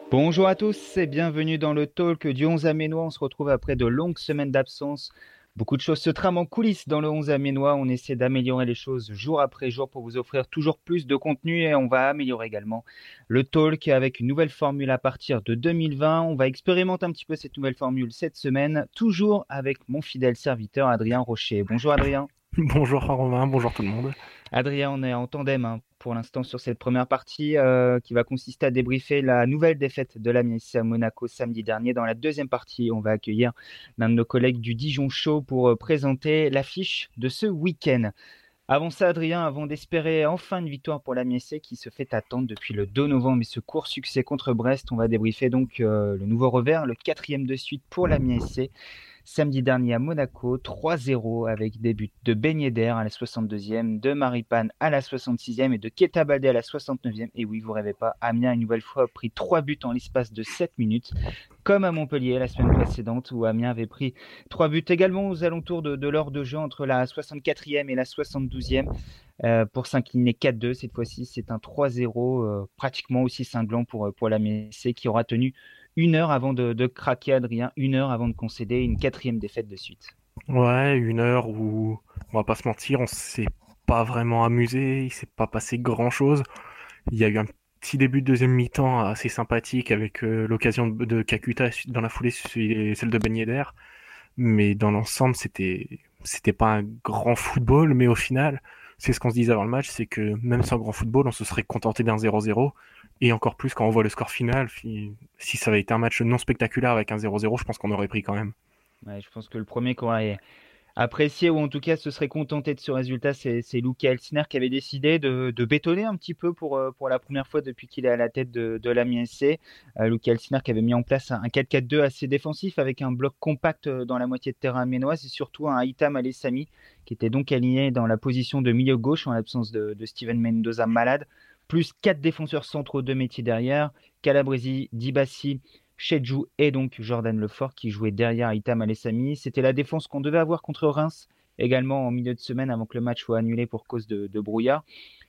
Bonjour à tous et bienvenue dans le talk du 11 Aménois. On se retrouve après de longues semaines d'absence. Beaucoup de choses se trament en coulisses dans le 11 Aménois. On essaie d'améliorer les choses jour après jour pour vous offrir toujours plus de contenu et on va améliorer également le talk avec une nouvelle formule à partir de 2020. On va expérimenter un petit peu cette nouvelle formule cette semaine, toujours avec mon fidèle serviteur Adrien Rocher. Bonjour Adrien. Bonjour Romain, bonjour tout le monde. Adrien, on est en tandem pour l'instant sur cette première partie qui va consister à débriefer la nouvelle défaite de l'Amiens à Monaco samedi dernier. Dans la deuxième partie, on va accueillir l'un de nos collègues du Dijon Show pour présenter l'affiche de ce week-end. Avant ça, Adrien, avant d'espérer enfin une victoire pour l'Amiens qui se fait attendre depuis le 2 novembre et ce court succès contre Brest, on va débriefer donc le nouveau revers, le quatrième de suite pour l'Amiens samedi dernier à Monaco, 3-0 avec des buts de Ben Yedder à la 62e, de Maripane à la 66e et de Keita Baldé à la 69e. Et oui, vous rêvez pas, Amiens une nouvelle fois a pris 3 buts en l'espace de 7 minutes, comme à Montpellier la semaine précédente où Amiens avait pris 3 buts également aux alentours de l'heure de jeu entre la 64e et la 72e. Pour s'incliner 4-2. Cette fois-ci, c'est un 3-0 pratiquement aussi cinglant pour la Messé qui aura tenu une heure avant de craquer, Adrien, une heure avant de concéder une quatrième défaite de suite. Ouais, une heure où, on va pas se mentir, on s'est pas vraiment amusé, il s'est pas passé grand-chose. Il y a eu un petit début de deuxième mi-temps assez sympathique avec l'occasion de Kakuta dans la foulée, celle de Ben Yedder. Mais dans l'ensemble, c'était pas un grand football, mais au final, c'est ce qu'on se disait avant le match, c'est que même sans grand football, on se serait contenté d'un 0-0. Et encore plus quand on voit le score final, si ça avait été un match non spectaculaire avec un 0-0, je pense qu'on aurait pris quand même. Ouais, je pense que le premier qu'on aurait apprécié, ou en tout cas se serait contenté de ce résultat, c'est Luca Elsner qui avait décidé de bétonner un petit peu pour la première fois depuis qu'il est à la tête de l'Amiens SC. Luca Elsner qui avait mis en place un 4-4-2 assez défensif avec un bloc compact dans la moitié de terrain amiénoise et surtout un Haitham Alessami qui était donc aligné dans la position de milieu gauche en l'absence de Steven Mendoza malade, plus quatre défenseurs centraux de métier derrière, Calabresi, Dibassi, Chedjou et donc Jordan Lefort qui jouait derrière Itam Alessami. C'était la défense qu'on devait avoir contre Reims également en milieu de semaine avant que le match soit annulé pour cause de brouillard.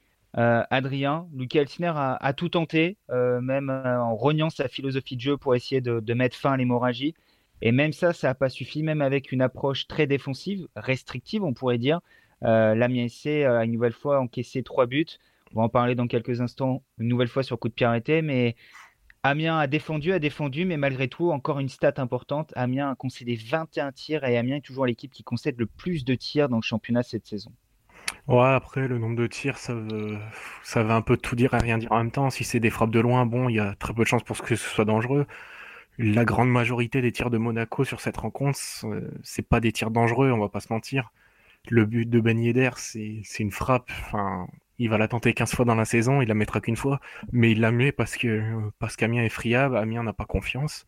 Adrien, Lucas Elsner a tout tenté, même en rognant sa philosophie de jeu pour essayer de mettre fin à l'hémorragie. Et même ça n'a pas suffi, même avec une approche très défensive, restrictive, on pourrait dire. L'Amiens SC a une nouvelle fois encaissé 3 buts. On va en parler dans quelques instants, une nouvelle fois sur coup de pied arrêté, mais Amiens a défendu, mais malgré tout, encore une stat importante, Amiens a concédé 21 tirs et Amiens est toujours l'équipe qui concède le plus de tirs dans le championnat cette saison. Ouais, après, le nombre de tirs, ça veut un peu tout dire et rien dire en même temps. Si c'est des frappes de loin, bon, il y a très peu de chances pour que ce soit dangereux. La grande majorité des tirs de Monaco sur cette rencontre, c'est pas des tirs dangereux, on va pas se mentir. Le but de Ben Yedder, c'est une frappe. Enfin, il va la tenter 15 fois dans la saison, il la mettra qu'une fois, mais il la met parce qu'Amiens est friable, Amiens n'a pas confiance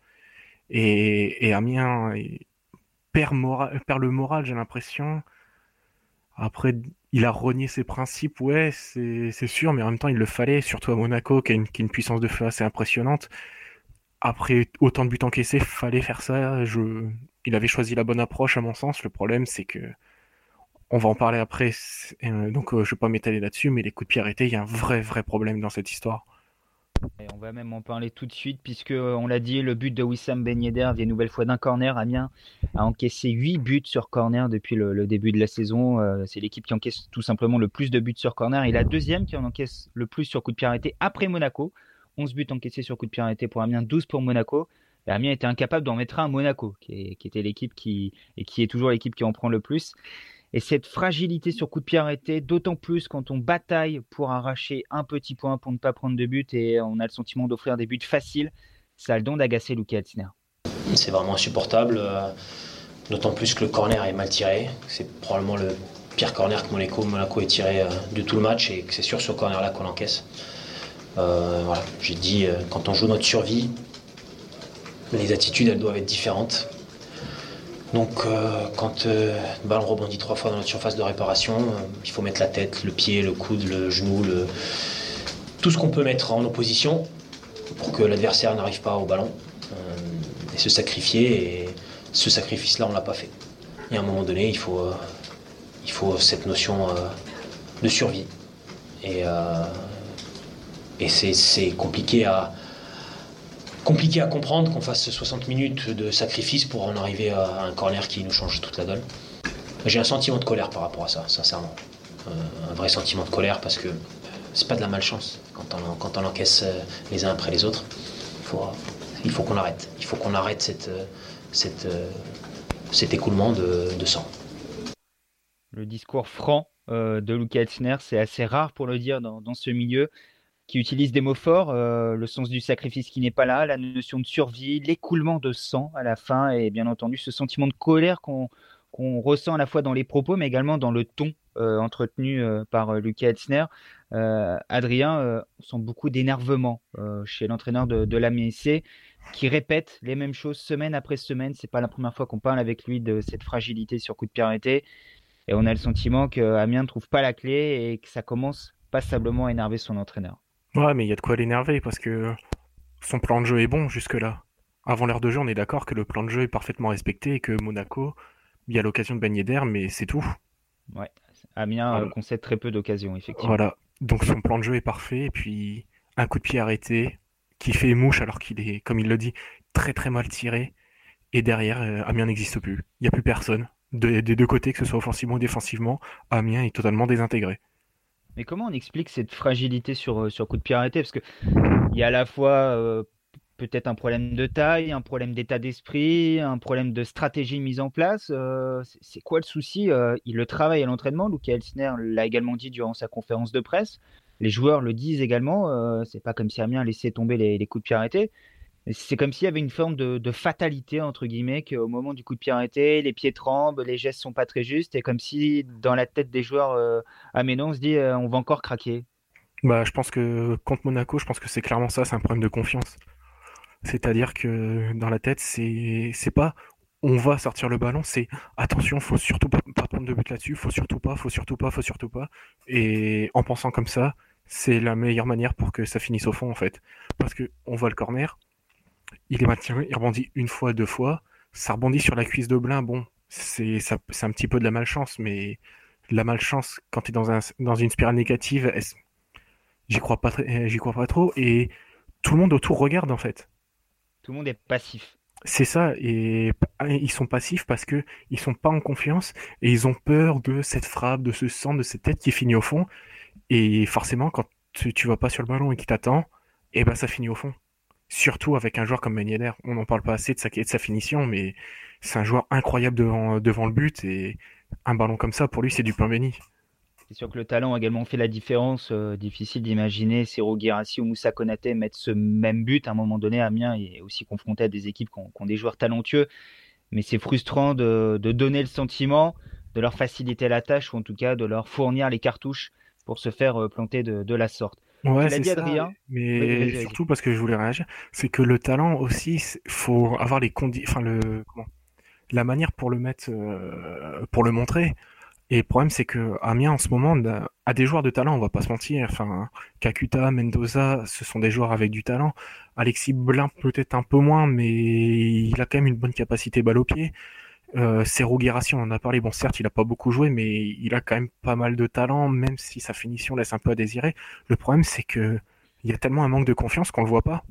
et Amiens perd le moral, j'ai l'impression. Après, il a renié ses principes, ouais, c'est sûr, mais en même temps, il le fallait, surtout à Monaco, qui a une puissance de feu assez impressionnante. Après autant de buts encaissés, fallait faire ça. Il avait choisi la bonne approche, à mon sens. Le problème, c'est que on va en parler après, donc je vais pas m'étaler là-dessus, mais les coups de pied arrêtés, il y a un vrai problème dans cette histoire. Et on va même en parler tout de suite, puisque on l'a dit, le but de Wissam Ben Yedder vient une nouvelle fois d'un corner. Amiens a encaissé 8 buts sur corner depuis le début de la saison. C'est l'équipe qui encaisse tout simplement le plus de buts sur corner et la deuxième qui en encaisse le plus sur coup de pied arrêté après Monaco. 11 buts encaissés sur coup de pied arrêté pour Amiens, 12 pour Monaco. Et Amiens était incapable d'en mettre un à Monaco, qui était l'équipe qui est toujours l'équipe qui en prend le plus. Et cette fragilité sur coup de pied arrêté, d'autant plus quand on bataille pour arracher un petit point pour ne pas prendre de but et on a le sentiment d'offrir des buts faciles, ça a le don d'agacer Luka Elsner. C'est vraiment insupportable, d'autant plus que le corner est mal tiré. C'est probablement le pire corner que Monaco ait tiré de tout le match et que c'est sur ce corner-là qu'on encaisse. Voilà, j'ai dit, quand on joue notre survie, les attitudes elles doivent être différentes. Donc quand le ballon rebondit 3 fois dans notre surface de réparation, il faut mettre la tête, le pied, le coude, le genou, tout ce qu'on peut mettre en opposition pour que l'adversaire n'arrive pas au ballon et se sacrifier. Et ce sacrifice-là, on ne l'a pas fait. Et à un moment donné, il faut cette notion de survie. Et c'est compliqué compliqué à comprendre qu'on fasse 60 minutes de sacrifice pour en arriver à un corner qui nous change toute la donne. J'ai un sentiment de colère par rapport à ça, sincèrement. Un vrai sentiment de colère parce que c'est pas de la malchance quand on encaisse les uns après les autres. Il faut qu'on arrête. Il faut qu'on arrête cet écoulement de sang. Le discours franc de Luca Elsner, c'est assez rare pour le dire dans ce milieu, qui utilise des mots forts, le sens du sacrifice qui n'est pas là, la notion de survie, l'écoulement de sang à la fin, et bien entendu ce sentiment de colère qu'on ressent à la fois dans les propos, mais également dans le ton entretenu par Luca Elsner. Adrien, on sent beaucoup d'énervement chez l'entraîneur de l'Amiens SC, qui répète les mêmes choses semaine après semaine. C'est pas la première fois qu'on parle avec lui de cette fragilité sur coup de pied arrêté. Et on a le sentiment qu'Amiens ne trouve pas la clé et que ça commence passablement à énerver son entraîneur. Ouais, mais il y a de quoi l'énerver parce que son plan de jeu est bon jusque-là. Avant l'heure de jeu, on est d'accord que le plan de jeu est parfaitement respecté et que Monaco, il y a l'occasion de baigner d'air, mais c'est tout. Ouais, Amiens Voilà. concède très peu d'occasions, effectivement. Voilà. Donc son plan de jeu est parfait et puis un coup de pied arrêté qui fait mouche alors qu'il est, comme il le dit, très très mal tiré. Et derrière, Amiens n'existe plus. Il n'y a plus personne. Des deux côtés, que ce soit offensivement ou défensivement, Amiens est totalement désintégré. Mais comment on explique cette fragilité sur coup de pied arrêté? Parce que il y a à la fois peut-être un problème de taille, un problème d'état d'esprit, un problème de stratégie mise en place. C'est quoi le souci? Il le travaille à l'entraînement. Luca Elsner l'a également dit durant sa conférence de presse. Les joueurs le disent également. C'est pas comme si Amiens laissait tomber les coups de pied arrêtés. Mais c'est comme s'il y avait une forme de fatalité, entre guillemets, qu'au moment du coup de pied arrêté, les pieds tremblent, les gestes sont pas très justes, et comme si dans la tête des joueurs aménans, on se dit on va encore craquer. Bah, je pense que contre Monaco, je pense que c'est clairement ça, c'est un problème de confiance. C'est-à-dire que dans la tête, c'est pas on va sortir le ballon, c'est attention, faut surtout pas prendre de but là-dessus, faut surtout pas, faut surtout pas, faut surtout pas. Et en pensant comme ça, c'est la meilleure manière pour que ça finisse au fond en fait. Parce que on voit le corner, il est maintenu, il rebondit une fois, deux fois, ça rebondit sur la cuisse de Blin, bon, c'est un petit peu de la malchance, mais la malchance, quand tu es dans une spirale négative, j'y crois pas trop, et tout le monde autour regarde en fait. Tout le monde est passif. C'est ça, et ils sont passifs parce que ils sont pas en confiance et ils ont peur de cette frappe, de ce centre, de cette tête qui finit au fond. Et forcément, quand tu vas pas sur le ballon et qu'il t'attend, et ben ça finit au fond. Surtout avec un joueur comme Ben Yedder. On n'en parle pas assez de sa finition, mais c'est un joueur incroyable devant le but et un ballon comme ça, pour lui, c'est du pain béni. C'est sûr que le talent a également fait la différence. Difficile d'imaginer Serhou Guirassy ou Moussa Konaté mettre ce même but. À un moment donné, Amiens est aussi confronté à des équipes qui ont des joueurs talentueux. Mais c'est frustrant de donner le sentiment de leur faciliter la tâche ou en tout cas de leur fournir les cartouches pour se faire planter de la sorte. Tu Ouais, l'as c'est dit, ça, Adrien? Vas-y, mais vas-y. surtout parce que je voulais réagir, c'est que le talent aussi, faut avoir les conditions, enfin la manière pour le mettre, pour le montrer. Et le problème, c'est que Amiens, en ce moment, a des joueurs de talent, on va pas se mentir. Enfin, Kakuta, Mendoza, ce sont des joueurs avec du talent. Alexis Blin, peut-être un peu moins, mais il a quand même une bonne capacité balle au pied. Serhou Guirassy, on en a parlé. Bon, certes, il a pas beaucoup joué, mais il a quand même pas mal de talent, même si sa finition laisse un peu à désirer. Le problème, c'est que il y a tellement un manque de confiance qu'on le voit pas.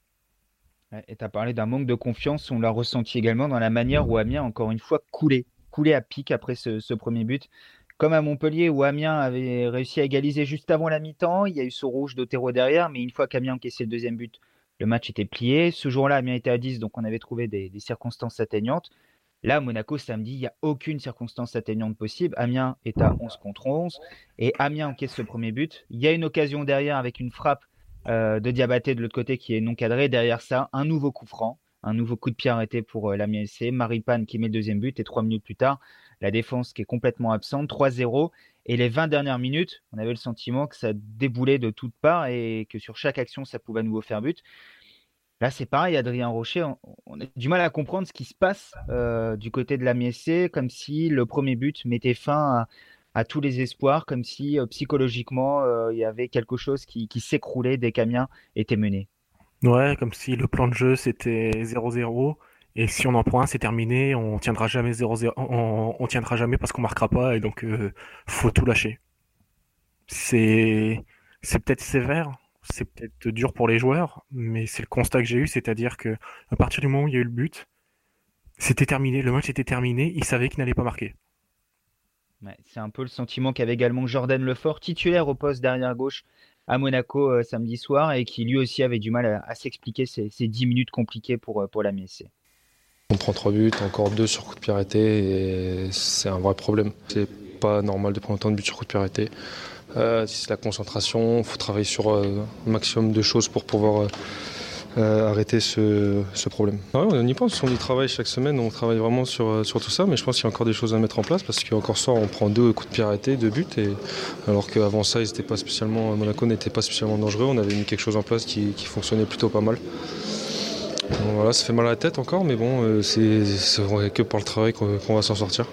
Ouais, et tu as parlé d'un manque de confiance, on l'a ressenti également dans la manière où Amiens, encore une fois, coulait à pic après ce premier but. Comme à Montpellier, où Amiens avait réussi à égaliser juste avant la mi-temps, il y a eu ce rouge d'Otero derrière, mais une fois qu'Amiens encaissait le deuxième but, le match était plié. Ce jour-là, Amiens était à 10, donc on avait trouvé des circonstances atteignantes. Là, à Monaco, samedi, il n'y a aucune circonstance atteignante possible. Amiens est à 11 contre 11 et Amiens encaisse ce premier but. Il y a une occasion derrière avec une frappe de Diabaté de l'autre côté qui est non cadrée. Derrière ça, un nouveau coup franc, un nouveau coup de pied arrêté pour l'Amiens SC. Maripane qui met le deuxième but et 3 minutes plus tard, la défense qui est complètement absente, 3-0. Et les 20 dernières minutes, on avait le sentiment que ça déboulait de toutes parts et que sur chaque action, ça pouvait à nouveau faire but. Là, c'est pareil, Adrien Rocher, on a du mal à comprendre ce qui se passe du côté de la MSC, comme si le premier but mettait fin à tous les espoirs, comme si psychologiquement, il y avait quelque chose qui s'écroulait dès qu'Amiens était mené. Ouais, comme si le plan de jeu c'était 0-0 et si on en prend un, c'est terminé, on tiendra jamais 0-0, on tiendra jamais parce qu'on marquera pas et donc faut tout lâcher. C'est c'est peut-être sévère, c'est peut-être dur pour les joueurs, mais c'est le constat que j'ai eu, c'est-à-dire que à partir du moment où il y a eu le but, c'était terminé, le match était terminé, ils savaient qu'ils n'allaient pas marquer. Ouais, c'est un peu le sentiment qu'avait également Jordan Lefort, titulaire au poste d'arrière gauche à Monaco samedi soir, et qui lui aussi avait du mal à s'expliquer ces 10 minutes compliquées pour la MSC. On prend 3 buts, encore 2 sur coup de pied arrêté, et c'est un vrai problème. C'est pas normal de prendre autant de buts sur coup de pied arrêté. Si c'est la concentration, il faut travailler sur un maximum de choses pour pouvoir arrêter ce problème. Ouais, on y pense, on y travaille chaque semaine, on travaille vraiment sur tout ça, mais je pense qu'il y a encore des choses à mettre en place parce qu'encore ce soir on prend 2 coups de pied arrêtés, 2 buts, alors qu'avant ça Monaco n'était pas spécialement dangereux, on avait mis quelque chose en place qui fonctionnait plutôt pas mal. Donc voilà, ça fait mal à la tête encore, mais bon, c'est vrai que par le travail qu'on va s'en sortir.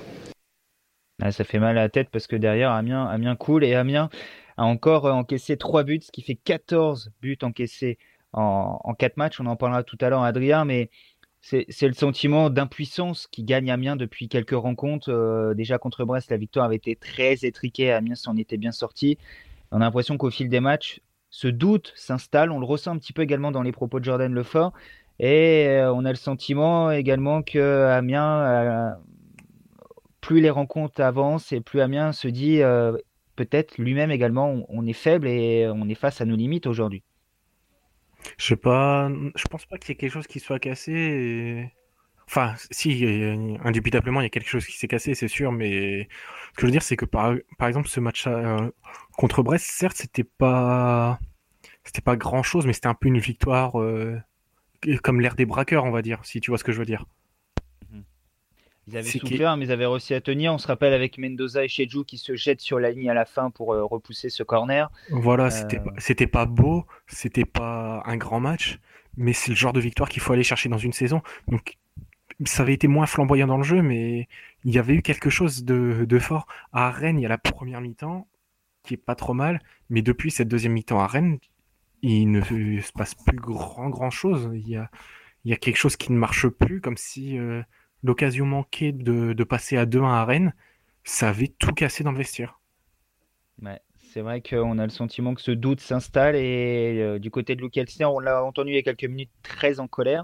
Ah, ça fait mal à la tête parce que derrière, Amiens coule, et Amiens a encore encaissé 3 buts, ce qui fait 14 buts encaissés en 4 matchs. On en parlera tout à l'heure, Adrien, mais c'est le sentiment d'impuissance qui gagne Amiens depuis quelques rencontres. Déjà contre Brest, la victoire avait été très étriquée. Amiens s'en était bien sorti. On a l'impression qu'au fil des matchs, ce doute s'installe. On le ressent un petit peu également dans les propos de Jordan Lefort. Et on a le sentiment également que Amiens, plus les rencontres avancent et plus Amiens se dit peut-être lui-même également, on est faible et on est face à nos limites aujourd'hui. Je sais pas, je pense pas qu'il y ait quelque chose qui soit cassé. Enfin, si, indubitablement, il y a quelque chose qui s'est cassé, c'est sûr, mais ce que je veux dire, c'est que par exemple, ce match contre Brest, certes, c'était pas grand-chose, mais c'était un peu une victoire comme l'ère des braqueurs, on va dire, si tu vois ce que je veux dire. Mhm. Ils avaient C'est que, souffert, mais ils avaient réussi à tenir. On se rappelle avec Mendoza et Chedjou qui se jettent sur la ligne à la fin pour repousser ce corner. voilà, Euh, c'était pas beau, c'était pas un grand match, mais c'est le genre de victoire qu'il faut aller chercher dans une saison. Donc, ça avait été moins flamboyant dans le jeu, mais il y avait eu quelque chose de fort. À Rennes, il y a la première mi-temps qui est pas trop mal, mais depuis cette deuxième mi-temps à Rennes, il ne se passe plus grand chose. Il y a quelque chose qui ne marche plus, comme si l'occasion manquée de passer à 2-1 à Rennes, ça avait tout cassé dans le vestiaire. ouais, c'est vrai qu'on a le sentiment que ce doute s'installe, et du côté de Luc Elsner, on l'a entendu il y a quelques minutes, très en colère.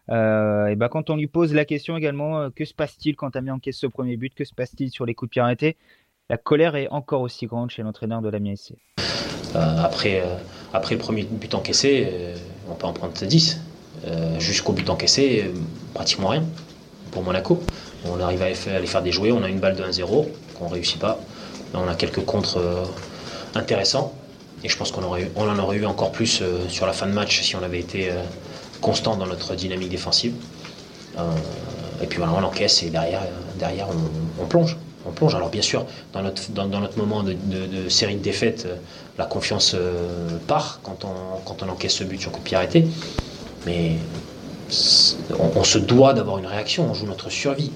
Et ben quand on lui pose la question également, que se passe-t-il quand Amiens encaisse ce premier but? Que se passe-t-il sur les coups de pied arrêtés? La colère est encore aussi grande chez l'entraîneur de l'Amiens SC. Après le premier but encaissé, on peut en prendre 10. Jusqu'au but encaissé, pratiquement rien pour Monaco. On arrive à les faire déjouer, on a une balle de 1-0 qu'on ne réussit pas. Là, on a quelques contres intéressants, et je pense qu'on en aurait eu encore plus sur la fin de match si on avait été constant dans notre dynamique défensive. Et puis voilà, on encaisse, et derrière on plonge. On plonge. Alors bien sûr, dans notre moment de série de défaites, la confiance part quand on encaisse ce but sur coup de pied arrêté. Mais on se doit d'avoir une réaction, on joue notre survie.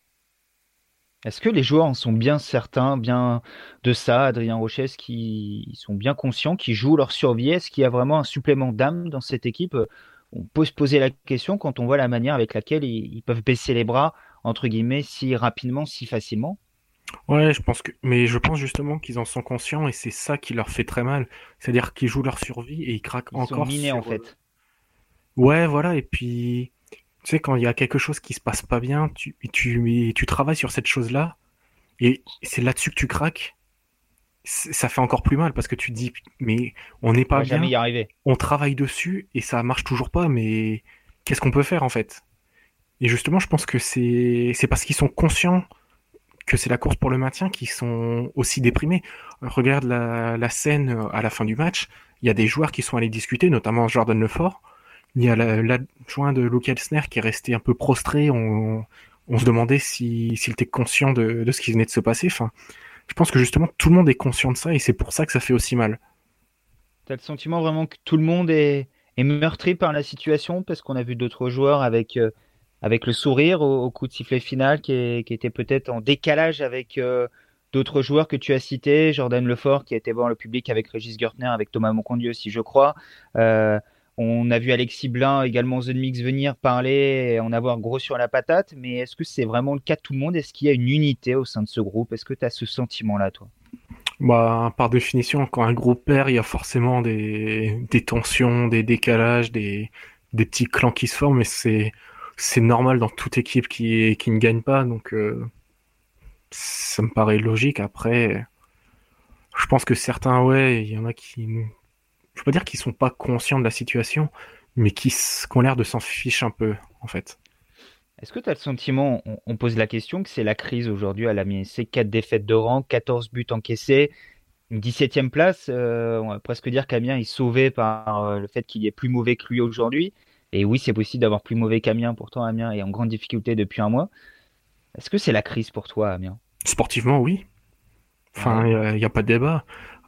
Est-ce que les joueurs en sont bien certains, bien de ça, Adrien Rocher, est-ce qu'ils sont bien conscients, qu'ils jouent leur survie? Est-ce qu'il y a vraiment un supplément d'âme dans cette équipe? On peut se poser la question quand on voit la manière avec laquelle ils peuvent baisser les bras, entre guillemets, si rapidement, si facilement. Ouais, mais je pense justement qu'ils en sont conscients et c'est ça qui leur fait très mal. C'est-à-dire qu'ils jouent leur survie et ils craquent Ils sont encore minés en sur. fait. Ouais, voilà. Et puis, tu sais, quand il y a quelque chose qui se passe pas bien, tu travailles sur cette chose-là et c'est là-dessus que tu craques. Ça fait encore plus mal parce que tu te dis, mais on n'est On pas va jamais bien, y arriver. on travaille dessus et ça marche toujours pas, mais qu'est-ce qu'on peut faire en fait? Et justement, je pense que c'est parce qu'ils sont conscients que c'est la course pour le maintien qu'ils sont aussi déprimés. Regarde la scène à la fin du match, il y a des joueurs qui sont allés discuter, notamment Jordan Lefort. Il y a l'adjoint de Luc Elsner qui est resté un peu prostré. On se demandait s'il était conscient de ce qui venait de se passer. Enfin, je pense que justement tout le monde est conscient de ça et c'est pour ça que ça fait aussi mal. T'as le sentiment vraiment que tout le monde est meurtri par la situation, parce qu'on a vu d'autres joueurs avec le sourire au coup de sifflet final qui était peut-être en décalage avec d'autres joueurs que tu as cités, Jordan Lefort qui a été voir le public avec Régis Gertner, avec Thomas Moncondieu aussi, je crois. Euh, on a vu Alexis Blin, également The Mix, venir parler et en avoir gros sur la patate, mais est-ce que c'est vraiment le cas de tout le monde? Est-ce qu'il y a une unité au sein de ce groupe? Est-ce que tu as ce sentiment-là, toi? Par définition, quand un groupe perd, il y a forcément des tensions, des décalages, des petits clans qui se forment, et c'est normal dans toute équipe qui ne gagne pas, donc ça me paraît logique. Après, je pense que certains, ouais, il y en a qui, je veux pas dire qu'ils sont pas conscients de la situation, mais qui ont l'air de s'en ficher un peu, en fait. Est-ce que tu as le sentiment, on pose la question, que c'est la crise aujourd'hui à l'Amiens SC, 4 défaites de rang, 14 buts encaissés, une 17e place, on va presque dire qu'Amiens est sauvé par le fait qu'il y ait plus mauvais que lui aujourd'hui. Et oui, c'est possible d'avoir plus mauvais qu'Amiens, pourtant Amiens est en grande difficulté depuis un mois. Est-ce que c'est la crise pour toi, Amiens? Sportivement, oui. Enfin, Ouais. il y a pas de débat.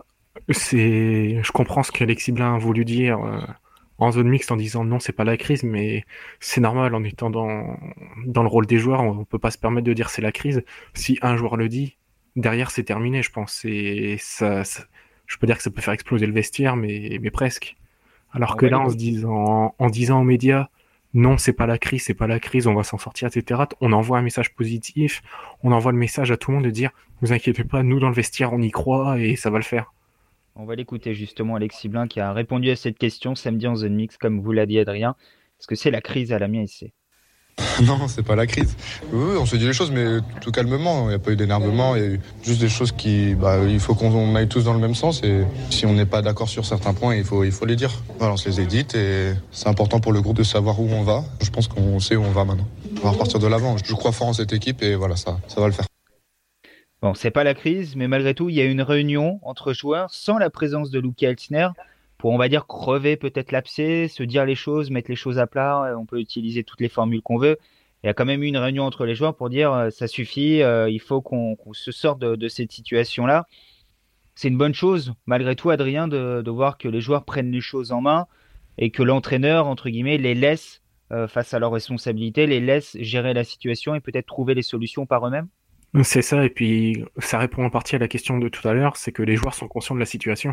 Je comprends ce qu'Alexis Blin a voulu dire en zone mixte en disant non, c'est pas la crise, mais c'est normal en étant dans le rôle des joueurs, on peut pas se permettre de dire c'est la crise. Si un joueur le dit, derrière c'est terminé, je pense. Et je peux dire que ça peut faire exploser le vestiaire, mais presque. Alors On que va là, l'écouter. en disant aux médias non, c'est pas la crise, on va s'en sortir, etc. On envoie un message positif, on envoie le message à tout le monde de dire vous inquiétez pas, nous dans le vestiaire on y croit et ça va le faire. On va l'écouter justement, Alexis Blin, qui a répondu à cette question samedi en zone mix, comme vous l'a dit Adrien. Est-ce que c'est la crise à l'Amiens SC? Non, c'est pas la crise. Oui, on se dit les choses, mais tout calmement. Il n'y a pas eu d'énervement. Il y a eu juste des choses il faut qu'on aille tous dans le même sens. Et si on n'est pas d'accord sur certains points, il faut les dire. Voilà, on se les a dites et c'est important pour le groupe de savoir où on va. Je pense qu'on sait où on va maintenant. On va repartir de l'avant. Je crois fort en cette équipe et voilà, ça va le faire. Bon, c'est pas la crise, mais malgré tout, il y a eu une réunion entre joueurs sans la présence de Luca Elsner pour, on va dire, crever peut-être l'abcès, se dire les choses, mettre les choses à plat. On peut utiliser toutes les formules qu'on veut. Il y a quand même eu une réunion entre les joueurs pour dire ça suffit, il faut qu'on se sorte de cette situation-là. C'est une bonne chose, malgré tout, Adrien, de voir que les joueurs prennent les choses en main et que l'entraîneur, entre guillemets, les laisse face à leurs responsabilités, les laisse gérer la situation et peut-être trouver les solutions par eux-mêmes. C'est ça, et puis ça répond en partie à la question de tout à l'heure, c'est que les joueurs sont conscients de la situation.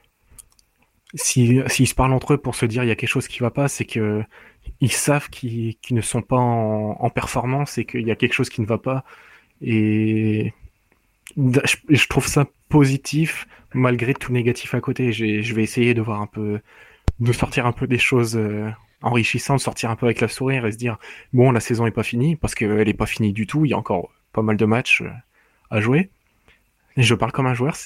S'ils se parlent entre eux pour se dire il y a quelque chose qui va pas, c'est que ils savent qu'ils ne sont pas en performance et qu'il y a quelque chose qui ne va pas. Et je trouve ça positif malgré tout négatif à côté. Je vais essayer de voir un peu, de sortir un peu des choses enrichissantes, sortir un peu avec la sourire et se dire bon, la saison est pas finie parce qu'elle est pas finie du tout. Il y a encore pas mal de matchs à jouer. Et je parle comme un joueur,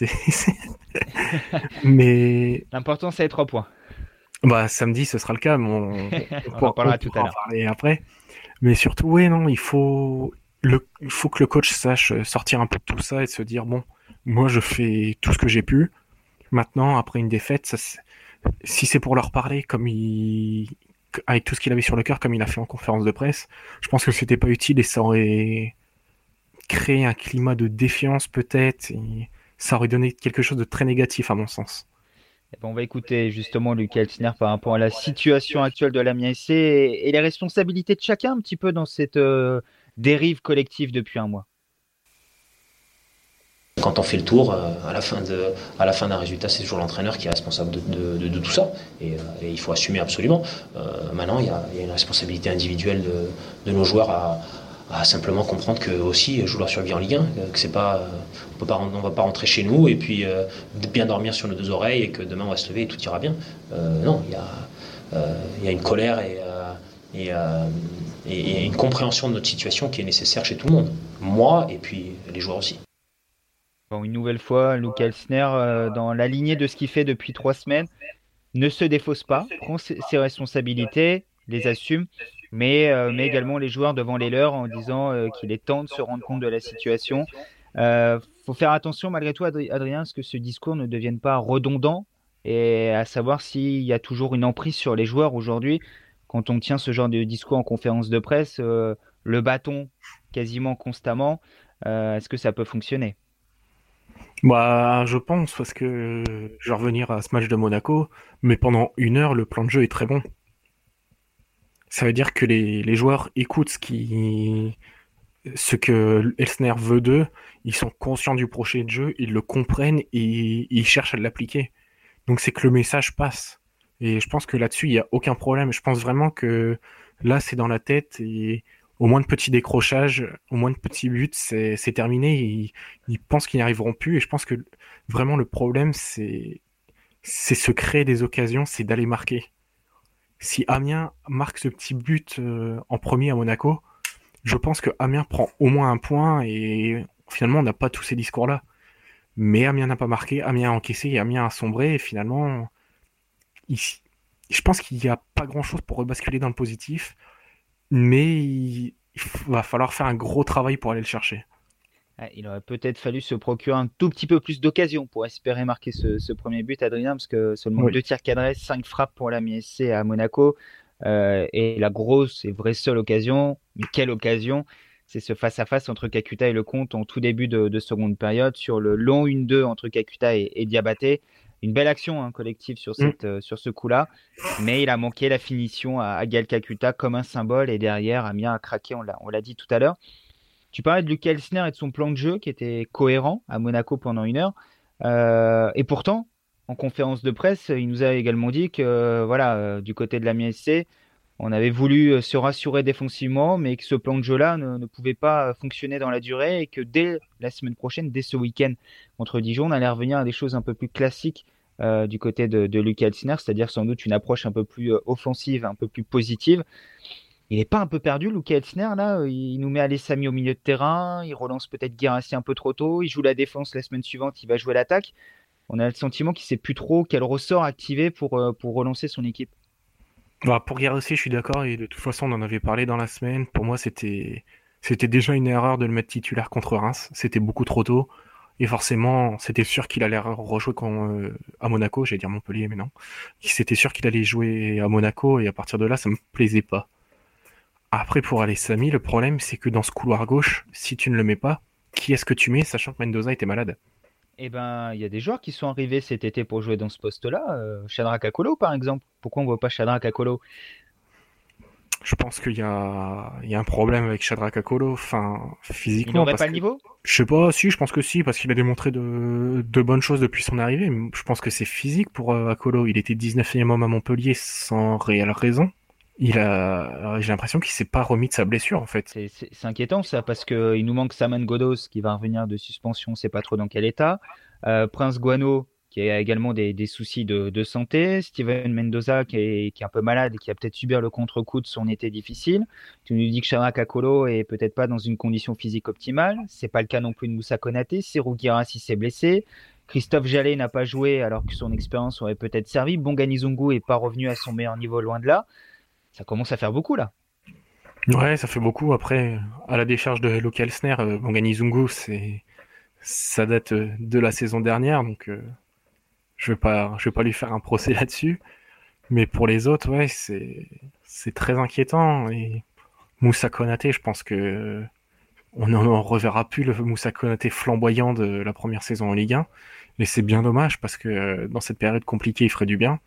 mais L'important, c'est les 3 points. samedi ce sera le cas, mais On en parlera tout pourra à en l'heure. parler après. Mais surtout, ouais, non, il faut que le coach sache sortir un peu de tout ça et se dire bon, moi je fais tout ce que j'ai pu. Maintenant, après une défaite, si c'est pour leur parler avec tout ce qu'il avait sur le cœur, comme il a fait en conférence de presse, je pense que c'était pas utile et ça aurait créé un climat de défiance peut-être. Et ça aurait donné quelque chose de très négatif à mon sens. Eh ben, on va écouter justement Lucas Elsner par rapport à la situation actuelle de l'Amiens SC et les responsabilités de chacun un petit peu dans cette dérive collective depuis un mois. Quand on fait le tour, à la fin d'un résultat, c'est toujours l'entraîneur qui est responsable de tout ça. Et il faut assumer absolument. Maintenant, il y a une responsabilité individuelle de nos joueurs à simplement comprendre qu'eux aussi jouent leur survie en Ligue 1, que c'est pas, on va pas rentrer chez nous et puis bien dormir sur nos deux oreilles et que demain on va se lever et tout ira bien. Non, il y a une colère et une compréhension de notre situation qui est nécessaire chez tout le monde. Moi et puis les joueurs aussi. Bon, une nouvelle fois, Lucas Elsner, dans la lignée de ce qu'il fait depuis 3 semaines, ne se défausse pas, prend ses responsabilités, les assume, mais également les joueurs devant les leurs en disant qu'il est temps de se rendre compte de la situation. Faut faire attention malgré tout, Adrien, à ce que ce discours ne devienne pas redondant et à savoir s'il y a toujours une emprise sur les joueurs aujourd'hui. Quand on tient ce genre de discours en conférence de presse, le bâton quasiment constamment, est-ce que ça peut fonctionner? Je pense parce que je vais revenir à ce match de Monaco, mais pendant 1 heure, le plan de jeu est très bon. Ça veut dire que les joueurs écoutent ce que Elsner veut d'eux, ils sont conscients du projet de jeu, ils le comprennent et ils cherchent à l'appliquer. Donc c'est que le message passe. Et je pense que là-dessus, il n'y a aucun problème. Je pense vraiment que là, c'est dans la tête et au moins de petits décrochages, au moins de petits buts, c'est terminé. Ils pensent qu'ils n'y arriveront plus. Et je pense que vraiment le problème, c'est se créer des occasions, c'est d'aller marquer. Si Amiens marque ce petit but en premier à Monaco, je pense que Amiens prend au moins un point et finalement on n'a pas tous ces discours-là. Mais Amiens n'a pas marqué, Amiens a encaissé et Amiens a sombré et finalement, il- je pense qu'il n'y a pas grand-chose pour rebasculer dans le positif, mais va falloir faire un gros travail pour aller le chercher. Ouais, il aurait peut-être fallu se procurer un tout petit peu plus d'occasions pour espérer marquer ce premier but, Adrien, parce que seulement Oui. 2 tirs cadrés, 5 frappes pour la SC à Monaco. Et la grosse et vraie seule occasion, mais quelle occasion, c'est ce face-à-face entre Kakuta et Lecomte en tout début de seconde période sur le long 1-2 entre Kakuta et Diabaté. Une belle action collective sur ce coup-là, mais il a manqué la finition à Gaël Kakuta comme un symbole et derrière, Amiens a craqué, on l'a dit tout à l'heure. Tu parlais de Luc Elsner et de son plan de jeu qui était cohérent à Monaco pendant 1 heure. Et pourtant, en conférence de presse, il nous a également dit que voilà, du côté de la MSC, on avait voulu se rassurer défensivement, mais que ce plan de jeu-là ne pouvait pas fonctionner dans la durée et que dès la semaine prochaine, dès ce week-end contre Dijon, on allait revenir à des choses un peu plus classiques du côté de Luc Elsner, c'est-à-dire sans doute une approche un peu plus offensive, un peu plus positive. Il est pas un peu perdu, Luka Elsner, là? Il nous met Alessami au milieu de terrain, il relance peut-être Guirassy un peu trop tôt, il joue la défense la semaine suivante, il va jouer l'attaque. On a le sentiment qu'il sait plus trop quel ressort activer pour relancer son équipe. Bah, pour Guirassy, je suis d'accord et de toute façon, on en avait parlé dans la semaine. Pour moi, c'était déjà une erreur de le mettre titulaire contre Reims. C'était beaucoup trop tôt. Et forcément, c'était sûr qu'il allait rejouer à Monaco. J'allais dire Montpellier, mais non. C'était sûr qu'il allait jouer à Monaco et à partir de là, ça me plaisait pas. Après, pour Alessami, le problème, c'est que dans ce couloir gauche, si tu ne le mets pas, qui est-ce que tu mets, sachant que Mendoza était malade? Eh ben, il y a des joueurs qui sont arrivés cet été pour jouer dans ce poste-là. Shadrack Akolo, par exemple. Pourquoi on voit pas Shadrack Akolo? Je pense qu'il y a un problème avec Shadrack Akolo, enfin, Il physiquement, n'aurait parce pas le que niveau? je sais pas, si, je pense que si, parce qu'il a démontré de bonnes choses depuis son arrivée. Mais je pense que c'est physique pour Akolo. Il était 19e homme à Montpellier sans réelle raison. J'ai l'impression qu'il s'est pas remis de sa blessure, en fait. C'est inquiétant ça parce que il nous manque Saman Ghoddos qui va revenir de suspension, on ne sait pas trop dans quel état. Prince Guano qui a également des soucis de santé. Steven Mendoza qui est un peu malade et qui va peut-être subir le contre-coup de son été difficile. Tu nous dis que Shadrack Akolo est peut-être pas dans une condition physique optimale. C'est pas le cas non plus de Moussa Konaté. Serhou Guirassy s'est blessé. Christophe Jallet n'a pas joué alors que son expérience aurait peut-être servi. Bongani Zungu est pas revenu à son meilleur niveau loin de là. Ça commence à faire beaucoup là. Ouais, ça fait beaucoup. Après, à la décharge de Luka Elsner, Bongani Zungu, ça date de la saison dernière, donc je vais pas lui faire un procès là-dessus. Mais pour les autres, ouais, c'est très inquiétant. Et Moussa Konaté, je pense que on n'en reverra plus le Moussa Konaté flamboyant de la première saison en Ligue 1. Et c'est bien dommage parce que dans cette période compliquée, il ferait du bien.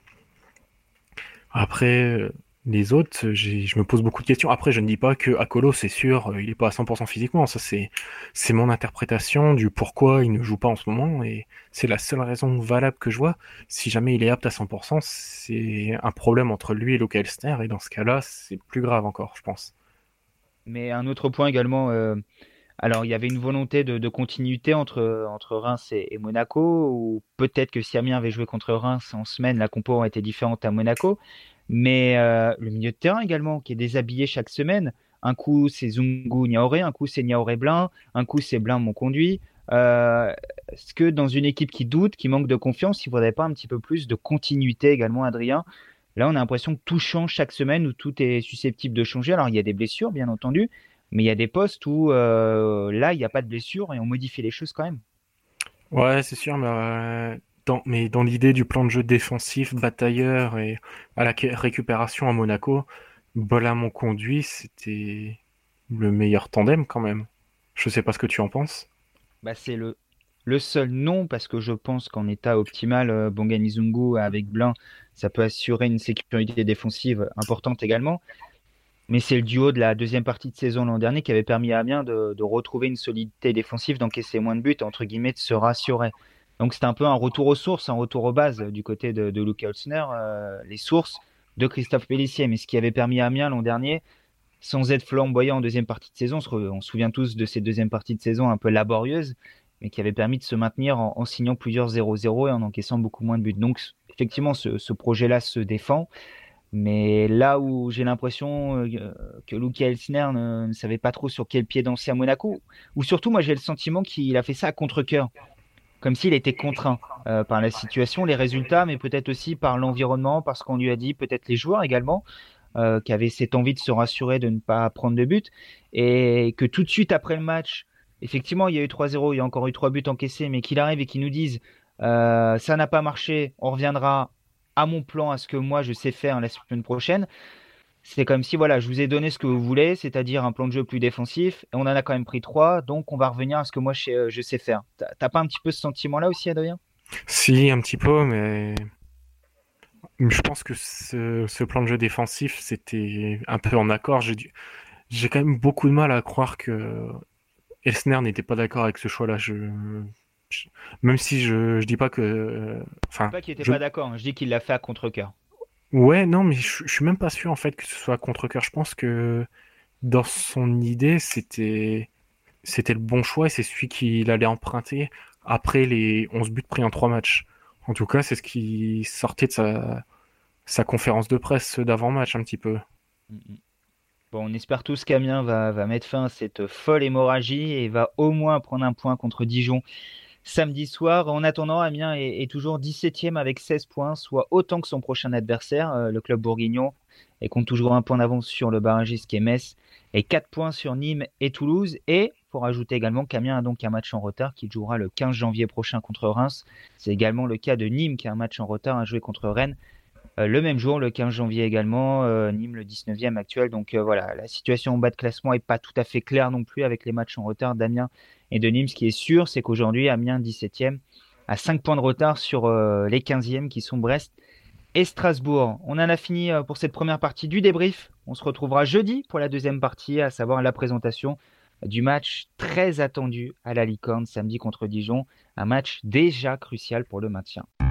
Après, les autres, je me pose beaucoup de questions. Après, je ne dis pas que Akolo, c'est sûr, il est pas à 100% physiquement. Ça, c'est mon interprétation du pourquoi il ne joue pas en ce moment. Et c'est la seule raison valable que je vois. Si jamais il est apte à 100%, c'est un problème entre lui et Luka Elsner. Et dans ce cas-là, c'est plus grave encore, je pense. Mais un autre point également, alors il y avait une volonté de continuité entre Reims et Monaco, ou peut-être que si Amiens avait joué contre Reims en semaine, la compo aurait été différente à Monaco. Mais le milieu de terrain également, qui est déshabillé chaque semaine. Un coup c'est Zungu Niaoré, un coup c'est Niaoré Blin, un coup c'est Blin mon conduit. Est-ce que dans une équipe qui doute, qui manque de confiance, il ne faudrait pas un petit peu plus de continuité également, Adrien? Là, on a l'impression que tout change chaque semaine, où tout est susceptible de changer. Alors, il y a des blessures, bien entendu, mais il y a des postes où là, il n'y a pas de blessure et on modifie les choses quand même. Ouais, c'est sûr, mais dans l'idée du plan de jeu défensif, batailleur et à la récupération à Monaco, Bolamon conduit, c'était le meilleur tandem quand même. Je sais pas ce que tu en penses. Bah, c'est le seul non, parce que je pense qu'en état optimal, Bongani Zungu avec Blin, ça peut assurer une sécurité défensive importante également. Mais c'est le duo de la deuxième partie de saison l'an dernier qui avait permis à Amiens de retrouver une solidité défensive, d'encaisser moins de buts, entre guillemets, de se rassurer. Donc c'était un peu un retour aux sources, un retour aux bases du côté de Luka Holzner, les sources de Christophe Pélissier. Mais ce qui avait permis à Amiens l'an dernier, sans être flamboyant en deuxième partie de saison. On se souvient tous de ces deuxièmes parties de saison un peu laborieuses, mais qui avaient permis de se maintenir en signant plusieurs 0-0 et en encaissant beaucoup moins de buts. Donc, effectivement, ce projet-là se défend. Mais là où j'ai l'impression que Luke Elsner ne savait pas trop sur quel pied danser à Monaco, ou surtout, moi j'ai le sentiment qu'il a fait ça à contre-cœur, comme s'il était contraint par la situation, les résultats, mais peut-être aussi par l'environnement, parce qu'on lui a dit, peut-être les joueurs également, qui avaient cette envie de se rassurer de ne pas prendre de but, et que tout de suite après le match, effectivement, il y a eu 3-0, il y a encore eu 3 buts encaissés, mais qu'il arrive et qu'il nous dise ça n'a pas marché, on reviendra à mon plan, à ce que moi je sais faire la semaine prochaine. C'est comme si voilà, je vous ai donné ce que vous voulez, c'est-à-dire un plan de jeu plus défensif, et on en a quand même pris 3, donc on va revenir à ce que moi je sais faire. T'as pas un petit peu ce sentiment-là aussi, Adrien? Si, un petit peu, mais je pense que ce plan de jeu défensif, c'était un peu en accord. J'ai quand même beaucoup de mal à croire que Elsner n'était pas d'accord avec ce choix-là. Je- Même si je dis pas que, C'est enfin, pas qu'il était je, pas d'accord, hein, je dis qu'il l'a fait à contre-cœur. ouais, non, mais je suis même pas sûr en fait que ce soit à contre-cœur. Je pense que dans son idée, c'était le bon choix et c'est celui qu'il allait emprunter après les 11 buts pris en 3 matchs. En tout cas, c'est ce qui sortait de sa conférence de presse d'avant-match un petit peu. Mm, mm. Bon, on espère tous qu'Amiens va mettre fin à cette folle hémorragie et va au moins prendre un point contre Dijon samedi soir. En attendant, Amiens est toujours 17e avec 16 points, soit autant que son prochain adversaire, le club bourguignon, et compte toujours un point d'avance sur le barragiste qui est Metz, et 4 points sur Nîmes et Toulouse. Et pour ajouter également qu'Amiens a donc un match en retard qui jouera le 15 janvier prochain contre Reims. C'est également le cas de Nîmes qui a un match en retard à jouer contre Rennes le même jour, le 15 janvier également, Nîmes le 19e actuel. Donc voilà, la situation en bas de classement est pas tout à fait claire non plus avec les matchs en retard d'Amiens et de Nîmes. Ce qui est sûr, c'est qu'aujourd'hui, Amiens 17e a 5 points de retard sur les 15e qui sont Brest et Strasbourg. On en a fini pour cette première partie du débrief. On se retrouvera jeudi pour la deuxième partie, à savoir la présentation du match très attendu à la Licorne samedi contre Dijon. Un match déjà crucial pour le maintien.